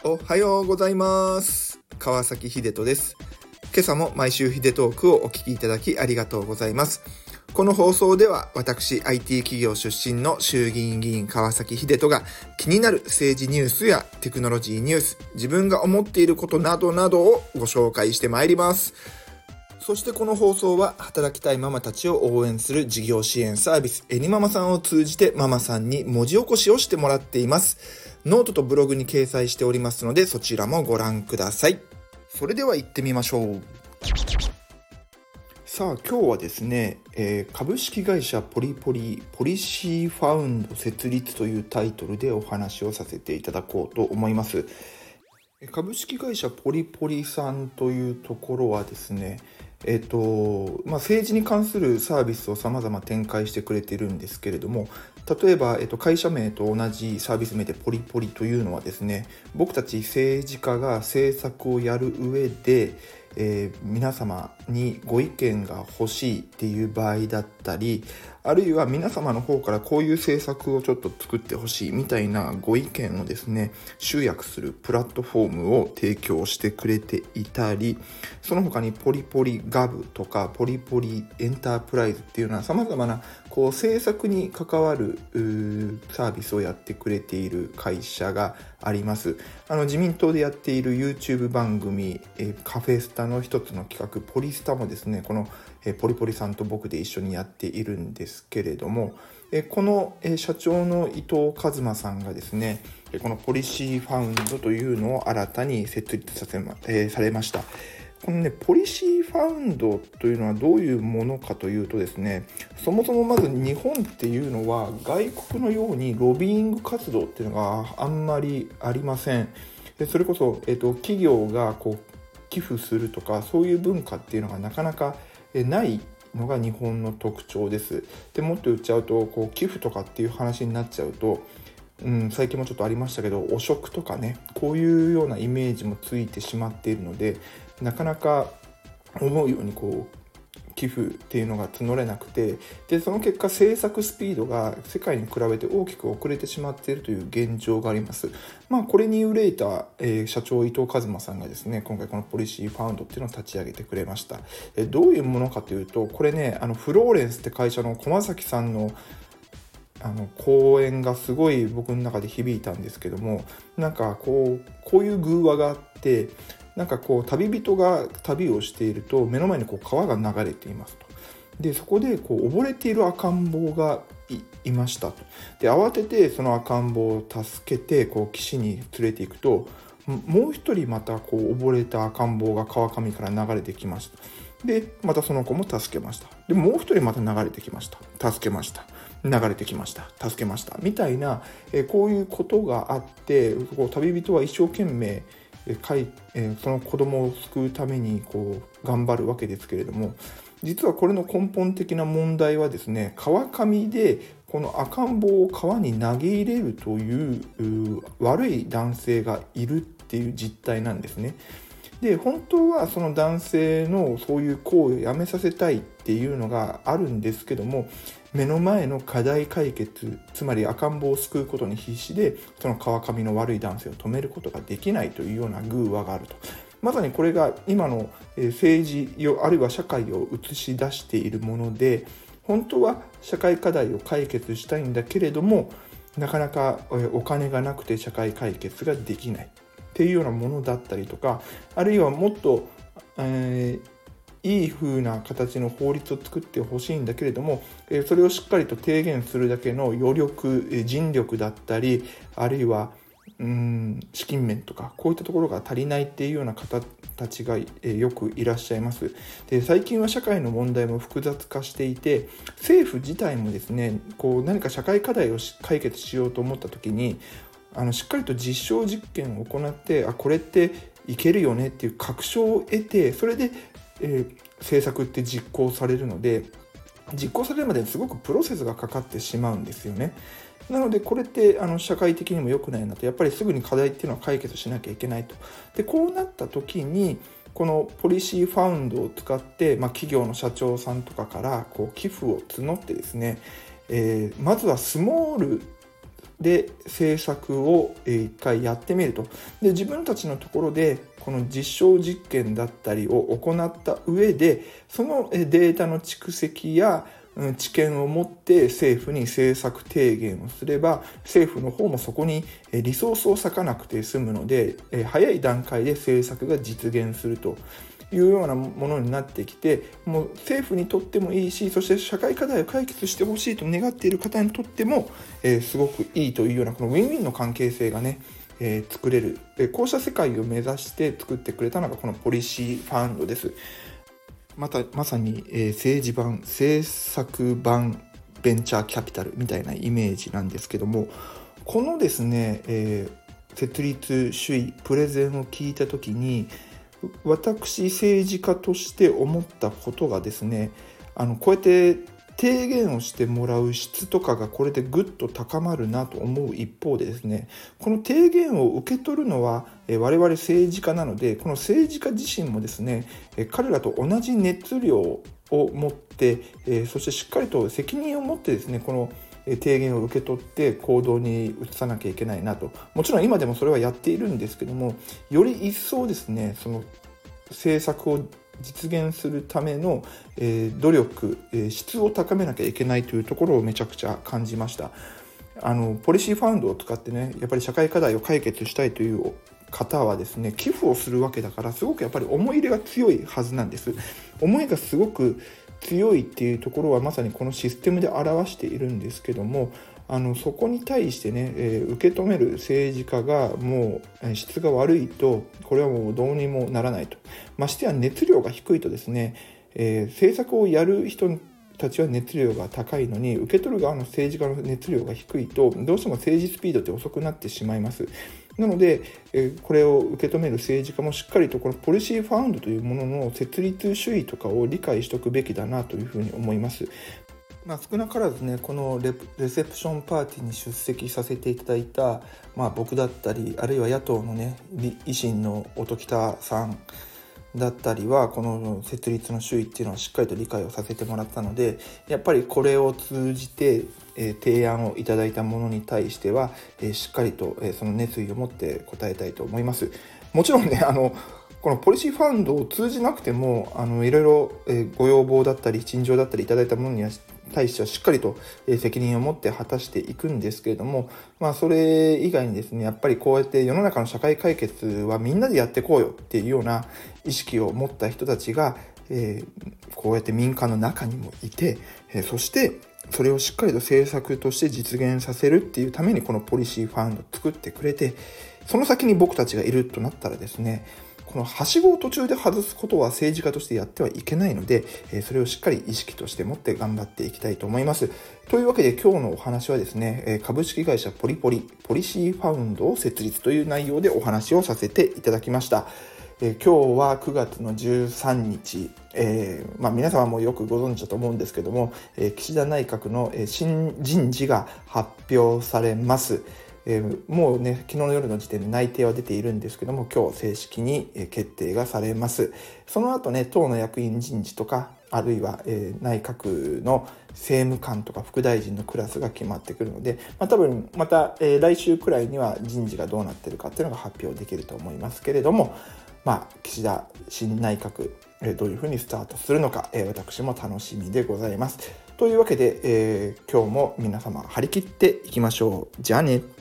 おはようございます。川崎秀人です。今朝も毎週秀トークをお聞きいただきありがとうございます。この放送では私 IT 企業出身の衆議院議員川崎秀人が気になる政治ニュースやテクノロジーニュース、自分が思っていることなどなどをご紹介してまいります。そしてこの放送は働きたいママたちを応援する事業支援サービスエニママさんを通じてママさんに文字起こしをしてもらっています。ノートとブログに掲載しておりますのでそちらもご覧ください。それでは行ってみましょう。さあ今日はですね、株式会社ポリシーファウンド設立というタイトルでお話をさせていただこうと思います。株式会社ポリさんというところはですね、政治に関するサービスを様々展開してくれているんですけれども、例えば、会社名と同じサービス名でポリというのはですね、僕たち政治家が政策をやる上で、皆様にご意見が欲しいっていう場合だったり、あるいは皆様の方からこういう政策をちょっと作ってほしいみたいなご意見をですね、集約するプラットフォームを提供してくれていたり、その他にポリガブとかポリエンタープライズっていうのは様々な政策に関わるサービスをやってくれている会社があります。自民党でやっている YouTube 番組、カフェスタの一つの企画ポリスタもですね、このポリさんと僕で一緒にやっているんですけれども、この社長の伊藤一馬さんがですね、このポリシーファウンドというのを新たに設立されました。このね、ポリシーファウンドというのはどういうものかというとですね、そもそもまず日本っていうのは外国のようにロビーイング活動っていうのがあんまりありません。それこそ、企業が寄付するとかそういう文化っていうのがなかなかないのが日本の特徴です。でもっと言っちゃうと寄付とかっていう話になっちゃうと、最近もちょっとありましたけど汚職とかね、こういうようなイメージもついてしまっているので、なかなか思うように寄付っていうのが募れなくて、でその結果政策スピードが世界に比べて大きく遅れてしまっているという現状があります。これに憂いた、社長伊藤一馬さんがですね、今回このポリシーファウンドっていうのを立ち上げてくれました。どういうものかというと、これね、フローレンスって会社の駒崎さんの講演がすごい僕の中で響いたんですけども、なんかこういう偶話があって、なんか旅人が旅をしていると目の前に川が流れていますと。でそこで溺れている赤ん坊が いましたと。で慌ててその赤ん坊を助けて岸に連れていくと、もう一人また溺れた赤ん坊が川上から流れてきました。でまたその子も助けました。でもう一人また流れてきました。助けました。流れてきました。助けましたみたいな、こういうことがあって、旅人は一生懸命その子供を救うために頑張るわけですけれども、実はこれの根本的な問題はですね、川上でこの赤ん坊を川に投げ入れるという悪い男性がいるっていう実態なんですね。で本当はその男性のそういう行為をやめさせたいっていうのがあるんですけども、目の前の課題解決、つまり赤ん坊を救うことに必死でその川上の悪い男性を止めることができないというような偶話があると。まさにこれが今の政治あるいは社会を映し出しているもので、本当は社会課題を解決したいんだけれども、なかなかお金がなくて社会解決ができないっていうようなものだったりとか、あるいはもっと、いい風な形の法律を作ってほしいんだけれども、それをしっかりと提言するだけの余力、人力だったり、あるいは資金面とかこういったところが足りないっていうような方たちがよくいらっしゃいます。で最近は社会の問題も複雑化していて、政府自体もですね、何か社会課題を解決しようと思った時にしっかりと実証実験を行って、これっていけるよねっていう確証を得て、それで政策って実行されるので、実行されるまでにすごくプロセスがかかってしまうんですよね。なのでこれって社会的にも良くないなと、やっぱりすぐに課題っていうのは解決しなきゃいけないと。でこうなった時にこのポリシーファウンドを使って、企業の社長さんとかから寄付を募ってですね、まずはスモールで政策を一回やってみると。で、自分たちのところでこの実証実験だったりを行った上で、そのデータの蓄積や知見を持って政府に政策提言をすれば、政府の方もそこにリソースを割かなくて済むので、早い段階で政策が実現するというようなものになってきて、もう政府にとってもいいし、そして社会課題を解決してほしいと願っている方にとっても、すごくいいというような、このウィンウィンの関係性がね、作れる、こうした世界を目指して作ってくれたのがこのポリシーファンドです。まさに、政治版、政策版ベンチャーキャピタルみたいなイメージなんですけども、このですね、設立主義プレゼンを聞いたときに、私政治家として思ったことがですね、こうやって提言をしてもらう質とかがこれでぐっと高まるなと思う一方でですね、この提言を受け取るのは我々政治家なので、この政治家自身もですね、彼らと同じ熱量を持って、そしてしっかりと責任を持ってですね、この提言を受け取って行動に移さなきゃいけないなと。もちろん今でもそれはやっているんですけども、より一層ですね、その政策を実現するための努力、質を高めなきゃいけないというところをめちゃくちゃ感じました。ポリシーファウンドを使ってね、やっぱり社会課題を解決したいという方はですね、寄付をするわけだから、すごくやっぱり思い入れが強いはずなんです。思いがすごく強いっていうところはまさにこのシステムで表しているんですけども、そこに対してね、受け止める政治家がもう質が悪いと、これはもうどうにもならないと。ましてや熱量が低いとですね、政策をやる人たちは熱量が高いのに、受け取る側の政治家の熱量が低いと、どうしても政治スピードって遅くなってしまいます。なので、これを受け止める政治家もしっかりとこのポリシーファウンドというものの設立主義とかを理解しておくべきだなというふうに思います。少なからずね、このレセプションパーティーに出席させていただいた、僕だったり、あるいは野党のね、維新の音喜多さんだったりは、この設立の主義っていうのはしっかりと理解をさせてもらったので、やっぱりこれを通じて提案をいただいたものに対してはしっかりとその熱意を持って答えたいと思います。もちろんね、このポリシーファンドを通じなくてもいろいろご要望だったり陳情だったりいただいたものに対してはしっかりと責任を持って果たしていくんですけれども、それ以外にですね、やっぱりこうやって世の中の社会解決はみんなでやっていこうよっていうような意識を持った人たちがこうやって民間の中にもいて、そしてそれをしっかりと政策として実現させるっていうためにこのポリシーファンドを作ってくれて、その先に僕たちがいるとなったらですね、このはしごを途中で外すことは政治家としてやってはいけないので、それをしっかり意識として持って頑張っていきたいと思います。というわけで今日のお話はですね、株式会社ポリシーファウンドを設立という内容でお話をさせていただきました。今日は9月の13日、皆様もよくご存知だと思うんですけども、岸田内閣の新人事が発表されます。もうね、昨日の夜の時点で内定は出ているんですけども、今日正式に決定がされます。その後ね、党の役員人事とか、あるいは内閣の政務官とか副大臣のクラスが決まってくるので、多分また来週くらいには人事がどうなっているかっていうのが発表できると思いますけれども、岸田新内閣どういうふうにスタートするのか、私も楽しみでございます。というわけで、今日も皆様張り切っていきましょう。じゃあね。